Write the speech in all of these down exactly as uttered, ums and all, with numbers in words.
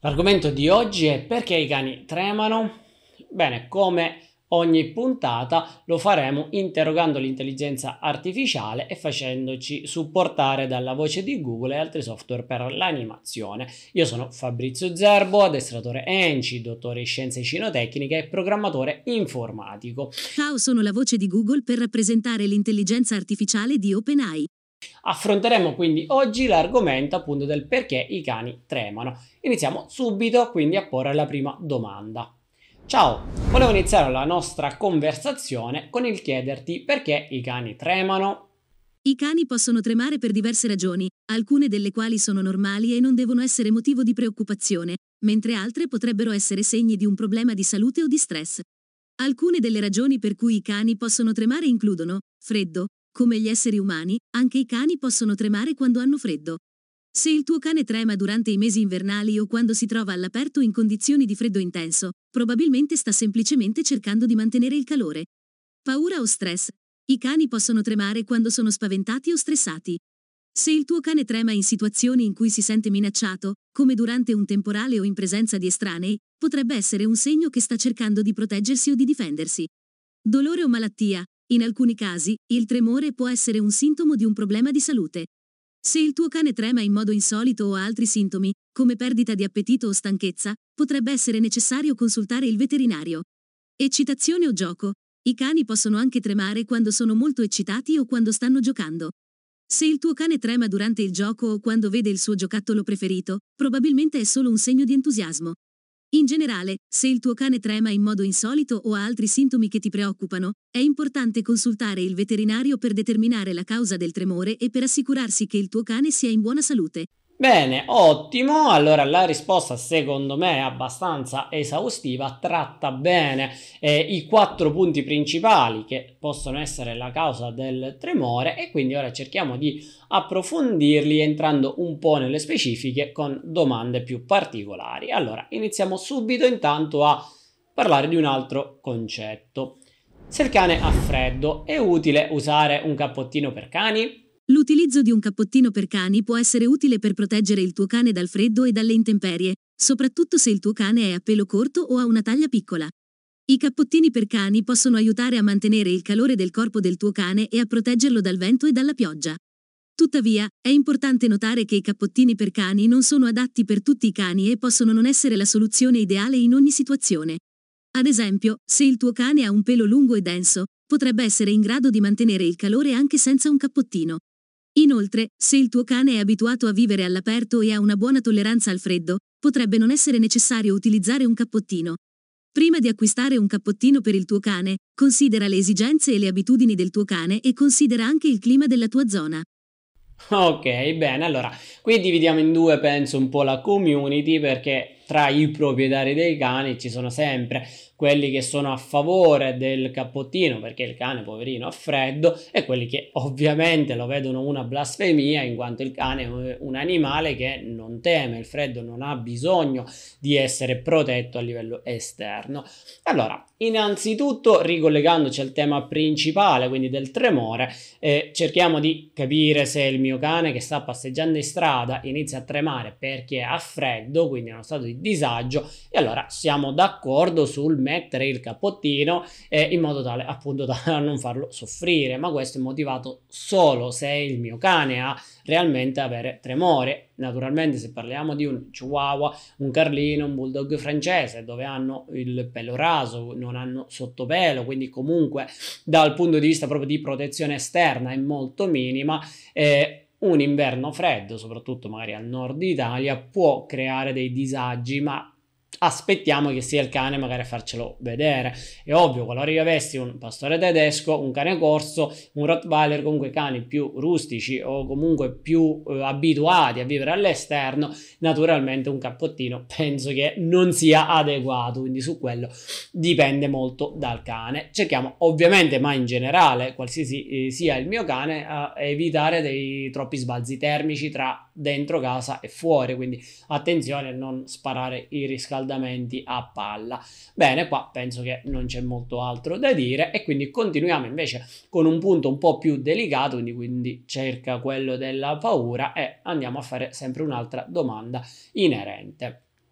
L'argomento di oggi è perché i cani tremano? Bene, come ogni puntata lo faremo interrogando l'intelligenza artificiale e facendoci supportare dalla voce di Google e altri software per l'animazione. Io sono Fabrizio Zerbo, addestratore ENCI, dottore in scienze cinotecniche e programmatore informatico. Ciao, sono la voce di Google per rappresentare l'intelligenza artificiale di OpenAI. Affronteremo quindi oggi l'argomento appunto del perché i cani tremano. Iniziamo subito quindi a porre la prima domanda. Ciao, volevo iniziare la nostra conversazione con il chiederti perché i cani tremano. I cani possono tremare per diverse ragioni, alcune delle quali sono normali e non devono essere motivo di preoccupazione, mentre altre potrebbero essere segni di un problema di salute o di stress. Alcune delle ragioni per cui i cani possono tremare includono freddo. Come gli esseri umani, anche i cani possono tremare quando hanno freddo. Se il tuo cane trema durante i mesi invernali o quando si trova all'aperto in condizioni di freddo intenso, probabilmente sta semplicemente cercando di mantenere il calore. Paura o stress. I cani possono tremare quando sono spaventati o stressati. Se il tuo cane trema in situazioni in cui si sente minacciato, come durante un temporale o in presenza di estranei, potrebbe essere un segno che sta cercando di proteggersi o di difendersi. Dolore o malattia. In alcuni casi, il tremore può essere un sintomo di un problema di salute. Se il tuo cane trema in modo insolito o ha altri sintomi, come perdita di appetito o stanchezza, potrebbe essere necessario consultare il veterinario. Eccitazione o gioco. I cani possono anche tremare quando sono molto eccitati o quando stanno giocando. Se il tuo cane trema durante il gioco o quando vede il suo giocattolo preferito, probabilmente è solo un segno di entusiasmo. In generale, se il tuo cane trema in modo insolito o ha altri sintomi che ti preoccupano, è importante consultare il veterinario per determinare la causa del tremore e per assicurarsi che il tuo cane sia in buona salute. Bene, ottimo. Allora la risposta secondo me è abbastanza esaustiva, tratta bene eh, i quattro punti principali che possono essere la causa del tremore e quindi ora cerchiamo di approfondirli entrando un po' nelle specifiche con domande più particolari. Allora, iniziamo subito intanto a parlare di un altro concetto. Se il cane ha freddo, è utile usare un cappottino per cani? L'utilizzo di un cappottino per cani può essere utile per proteggere il tuo cane dal freddo e dalle intemperie, soprattutto se il tuo cane è a pelo corto o ha una taglia piccola. I cappottini per cani possono aiutare a mantenere il calore del corpo del tuo cane e a proteggerlo dal vento e dalla pioggia. Tuttavia, è importante notare che i cappottini per cani non sono adatti per tutti i cani e possono non essere la soluzione ideale in ogni situazione. Ad esempio, se il tuo cane ha un pelo lungo e denso, potrebbe essere in grado di mantenere il calore anche senza un cappottino. Inoltre, se il tuo cane è abituato a vivere all'aperto e ha una buona tolleranza al freddo, potrebbe non essere necessario utilizzare un cappottino. Prima di acquistare un cappottino per il tuo cane, considera le esigenze e le abitudini del tuo cane e considera anche il clima della tua zona. Ok, bene, allora qui dividiamo in due, penso, un po' la community perché tra i proprietari dei cani ci sono sempre quelli che sono a favore del cappottino perché il cane poverino ha freddo e quelli che ovviamente lo vedono una blasfemia in quanto il cane è un animale che non teme il freddo, non ha bisogno di essere protetto a livello esterno. Allora, innanzitutto ricollegandoci al tema principale, quindi del tremore, eh, cerchiamo di capire se il mio cane che sta passeggiando in strada inizia a tremare perché ha freddo, quindi è in uno stato di disagio, e allora siamo d'accordo sul mettere il cappottino eh, in modo tale appunto da non farlo soffrire, ma questo è motivato solo se il mio cane ha realmente avere tremore. Naturalmente se parliamo di un chihuahua, un carlino, un bulldog francese dove hanno il pelo raso, non hanno sottopelo, quindi comunque dal punto di vista proprio di protezione esterna è molto minima, eh, un inverno freddo, soprattutto magari al nord Italia, può creare dei disagi, ma aspettiamo che sia il cane magari a farcelo vedere. È ovvio, qualora io avessi un pastore tedesco, un cane corso, un Rottweiler, comunque cani più rustici o comunque più eh, abituati a vivere all'esterno, naturalmente un cappottino penso che non sia adeguato, quindi su quello dipende molto dal cane. Cerchiamo ovviamente, ma in generale, qualsiasi eh, sia il mio cane, a evitare dei troppi sbalzi termici tra dentro casa e fuori, quindi attenzione a non sparare i riscaldamenti a palla. Bene, qua penso che non c'è molto altro da dire e quindi continuiamo invece con un punto un po' più delicato, quindi, quindi cerca quello della paura, e andiamo a fare sempre un'altra domanda inerente.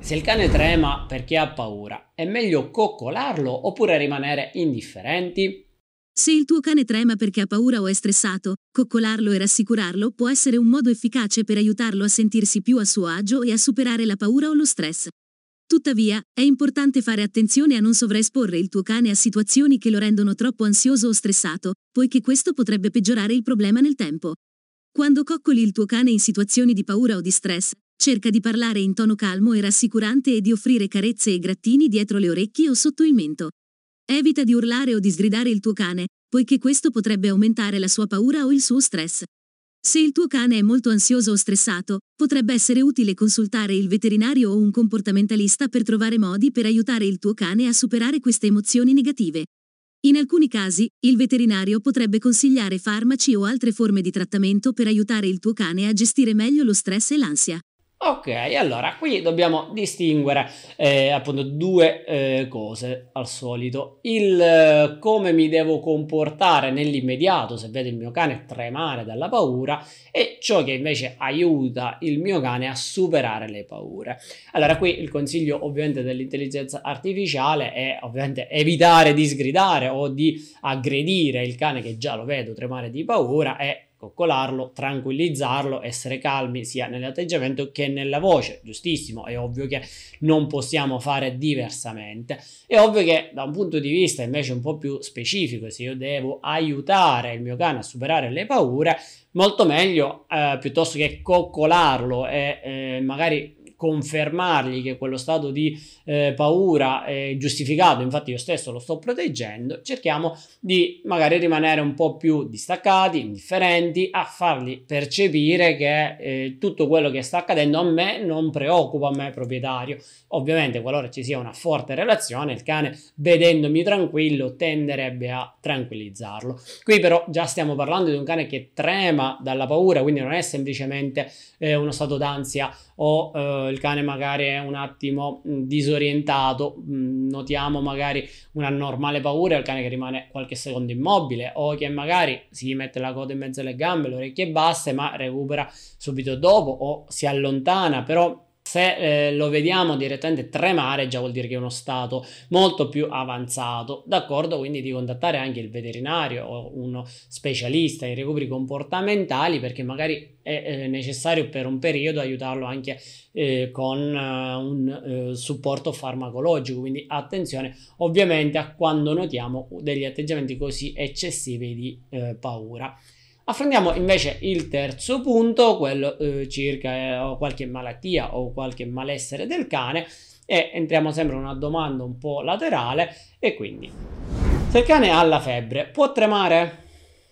Se il cane trema perché ha paura, è meglio coccolarlo oppure rimanere indifferenti? Se il tuo cane trema perché ha paura o è stressato, coccolarlo e rassicurarlo può essere un modo efficace per aiutarlo a sentirsi più a suo agio e a superare la paura o lo stress. Tuttavia, è importante fare attenzione a non sovraesporre il tuo cane a situazioni che lo rendono troppo ansioso o stressato, poiché questo potrebbe peggiorare il problema nel tempo. Quando coccoli il tuo cane in situazioni di paura o di stress, cerca di parlare in tono calmo e rassicurante e di offrire carezze e grattini dietro le orecchie o sotto il mento. Evita di urlare o di sgridare il tuo cane, poiché questo potrebbe aumentare la sua paura o il suo stress. Se il tuo cane è molto ansioso o stressato, potrebbe essere utile consultare il veterinario o un comportamentalista per trovare modi per aiutare il tuo cane a superare queste emozioni negative. In alcuni casi, il veterinario potrebbe consigliare farmaci o altre forme di trattamento per aiutare il tuo cane a gestire meglio lo stress e l'ansia. Ok, allora qui dobbiamo distinguere eh, appunto due eh, cose al solito. Il eh, come mi devo comportare nell'immediato se vedo il mio cane tremare dalla paura e ciò che invece aiuta il mio cane a superare le paure. Allora qui il consiglio ovviamente dell'intelligenza artificiale è ovviamente evitare di sgridare o di aggredire il cane che già lo vedo tremare di paura e coccolarlo, tranquillizzarlo, essere calmi sia nell'atteggiamento che nella voce, giustissimo, è ovvio che non possiamo fare diversamente. È ovvio che da un punto di vista invece un po' più specifico, se io devo aiutare il mio cane a superare le paure, molto meglio eh, piuttosto che coccolarlo e eh, magari confermargli che quello stato di eh, paura è giustificato, infatti io stesso lo sto proteggendo, cerchiamo di magari rimanere un po' più distaccati, indifferenti, a fargli percepire che eh, tutto quello che sta accadendo a me non preoccupa a me proprietario. Ovviamente qualora ci sia una forte relazione, il cane vedendomi tranquillo tenderebbe a tranquillizzarlo. Qui però già stiamo parlando di un cane che trema dalla paura, quindi non è semplicemente eh, uno stato d'ansia o eh, il cane magari è un attimo mh, disorientato, mh, notiamo magari una normale paura, il cane che rimane qualche secondo immobile o che magari si mette la coda in mezzo alle gambe, le orecchie basse, ma recupera subito dopo o si allontana, però se eh, lo vediamo direttamente tremare già vuol dire che è uno stato molto più avanzato, d'accordo? Quindi di contattare anche il veterinario o uno specialista in recuperi comportamentali perché magari è eh, necessario per un periodo aiutarlo anche eh, con uh, un uh, supporto farmacologico, quindi attenzione ovviamente a quando notiamo degli atteggiamenti così eccessivi di eh, paura. Affrontiamo invece il terzo punto, quello eh, circa eh, qualche malattia o qualche malessere del cane e entriamo sempre in una domanda un po' laterale e quindi se il cane ha la febbre può tremare?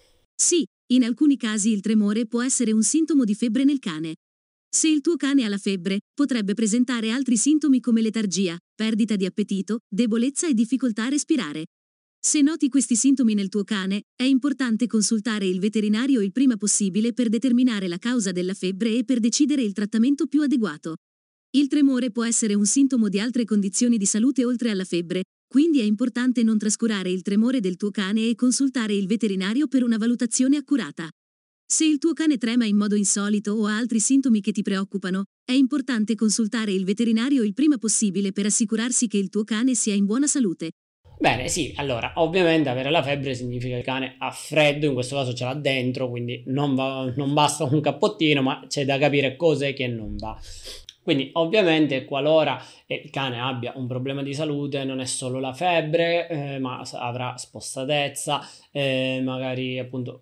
Sì, in alcuni casi il tremore può essere un sintomo di febbre nel cane. Se il tuo cane ha la febbre, potrebbe presentare altri sintomi come letargia, perdita di appetito, debolezza e difficoltà a respirare. Se noti questi sintomi nel tuo cane, è importante consultare il veterinario il prima possibile per determinare la causa della febbre e per decidere il trattamento più adeguato. Il tremore può essere un sintomo di altre condizioni di salute oltre alla febbre, quindi è importante non trascurare il tremore del tuo cane e consultare il veterinario per una valutazione accurata. Se il tuo cane trema in modo insolito o ha altri sintomi che ti preoccupano, è importante consultare il veterinario il prima possibile per assicurarsi che il tuo cane sia in buona salute. Bene, sì, allora, ovviamente avere la febbre significa che il cane ha freddo, in questo caso ce l'ha dentro, quindi non, va, non basta un cappottino, ma c'è da capire cos'è che non va. Quindi ovviamente qualora il cane abbia un problema di salute non è solo la febbre, eh, ma avrà spossatezza, eh, magari appunto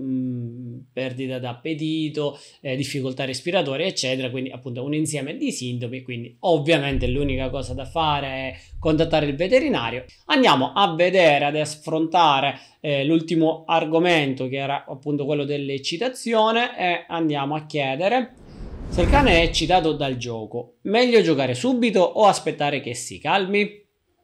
mh, perdita d'appetito, eh, difficoltà respiratorie eccetera, quindi appunto un insieme di sintomi, quindi ovviamente l'unica cosa da fare è contattare il veterinario. Andiamo a vedere, ad affrontare eh, l'ultimo argomento che era appunto quello dell'eccitazione e andiamo a chiedere se il cane è eccitato dal gioco, meglio giocare subito o aspettare che si calmi?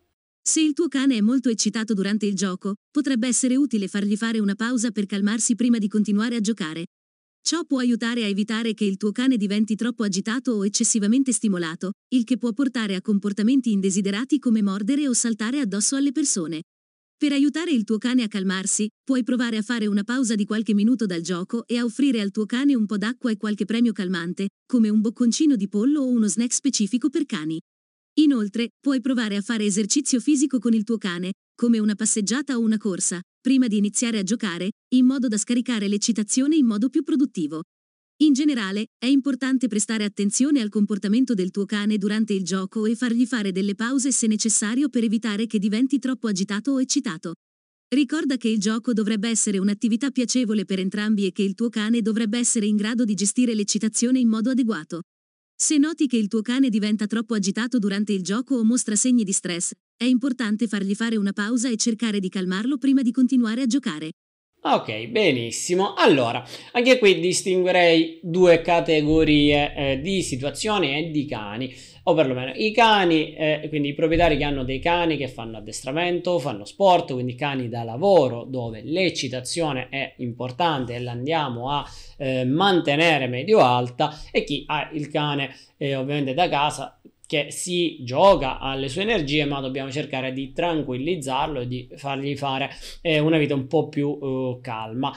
Se il tuo cane è molto eccitato durante il gioco, potrebbe essere utile fargli fare una pausa per calmarsi prima di continuare a giocare. Ciò può aiutare a evitare che il tuo cane diventi troppo agitato o eccessivamente stimolato, il che può portare a comportamenti indesiderati come mordere o saltare addosso alle persone. Per aiutare il tuo cane a calmarsi, puoi provare a fare una pausa di qualche minuto dal gioco e a offrire al tuo cane un po' d'acqua e qualche premio calmante, come un bocconcino di pollo o uno snack specifico per cani. Inoltre, puoi provare a fare esercizio fisico con il tuo cane, come una passeggiata o una corsa, prima di iniziare a giocare, in modo da scaricare l'eccitazione in modo più produttivo. In generale, è importante prestare attenzione al comportamento del tuo cane durante il gioco e fargli fare delle pause se necessario per evitare che diventi troppo agitato o eccitato. Ricorda che il gioco dovrebbe essere un'attività piacevole per entrambi e che il tuo cane dovrebbe essere in grado di gestire l'eccitazione in modo adeguato. Se noti che il tuo cane diventa troppo agitato durante il gioco o mostra segni di stress, è importante fargli fare una pausa e cercare di calmarlo prima di continuare a giocare. Ok, benissimo. Allora, anche qui distinguerei due categorie eh, di situazioni e di cani, o perlomeno i cani, eh, quindi i proprietari che hanno dei cani che fanno addestramento, fanno sport, quindi cani da lavoro dove l'eccitazione è importante e l'andiamo a eh, mantenere medio-alta, e chi ha il cane eh, ovviamente da casa, che si gioca alle sue energie, ma dobbiamo cercare di tranquillizzarlo e di fargli fare eh, una vita un po' più uh, calma.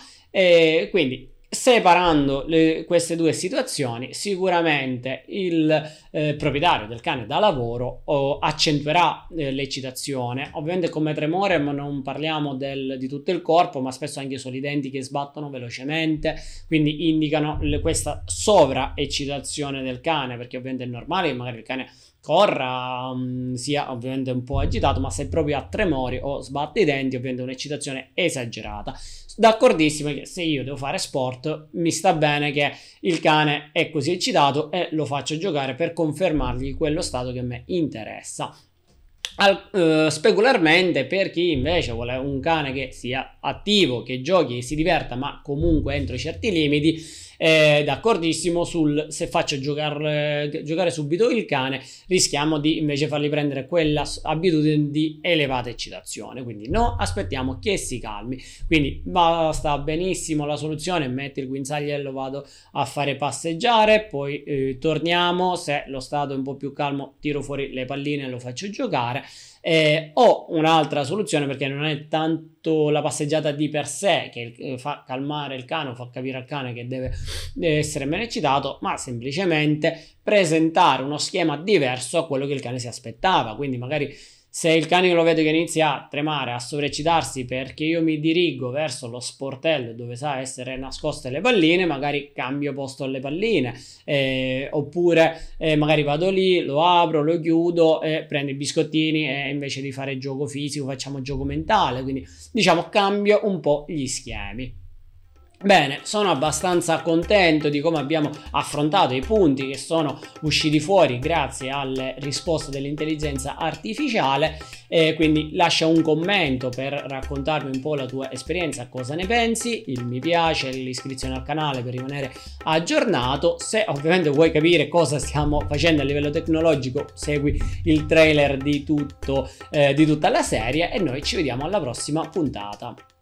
E quindi, separando le, queste due situazioni, sicuramente il eh, proprietario del cane da lavoro oh, accentuerà eh, l'eccitazione, ovviamente come tremore, ma non parliamo del, di tutto il corpo, ma spesso anche solo i denti che sbattono velocemente, quindi indicano le, questa sovraeccitazione del cane, perché ovviamente è normale che magari il cane corra, um, sia ovviamente un po' agitato, ma se proprio ha tremori o sbatte i denti, ovviamente è un'eccitazione esagerata. D'accordissimo che se io devo fare sport, mi sta bene che il cane è così eccitato e lo faccio giocare per confermargli quello stato che a me interessa. Al, uh, specularmente, per chi invece vuole un cane che sia attivo, che giochi, che si diverta, ma comunque entro certi limiti, eh, d'accordissimo sul se faccio giocare, giocare subito il cane, rischiamo di invece fargli prendere quella abitudine di elevata eccitazione, quindi no, aspettiamo che si calmi. Quindi basta benissimo la soluzione: metti il guinzagliello, vado a fare passeggiare, poi eh, torniamo, se lo stato è un po' più calmo tiro fuori le palline e lo faccio giocare. Eh, o un'altra soluzione, perché non è tanto la passeggiata di per sé che eh, fa calmare il cane o fa capire al cane che deve, deve essere meno eccitato, ma semplicemente presentare uno schema diverso a quello che il cane si aspettava. Quindi magari se il cane lo vedo che inizia a tremare, a sovraeccitarsi perché io mi dirigo verso lo sportello dove sa essere nascoste le palline, magari cambio posto alle palline, eh, oppure eh, magari vado lì, lo apro, lo chiudo e prendo i biscottini e invece di fare gioco fisico facciamo gioco mentale, quindi diciamo cambio un po' gli schemi. Bene, sono abbastanza contento di come abbiamo affrontato i punti che sono usciti fuori grazie alle risposte dell'intelligenza artificiale, e quindi lascia un commento per raccontarmi un po' la tua esperienza, cosa ne pensi, il mi piace, l'iscrizione al canale per rimanere aggiornato. Se ovviamente vuoi capire cosa stiamo facendo a livello tecnologico, segui il trailer di tutto, eh, di tutta la serie, e noi ci vediamo alla prossima puntata.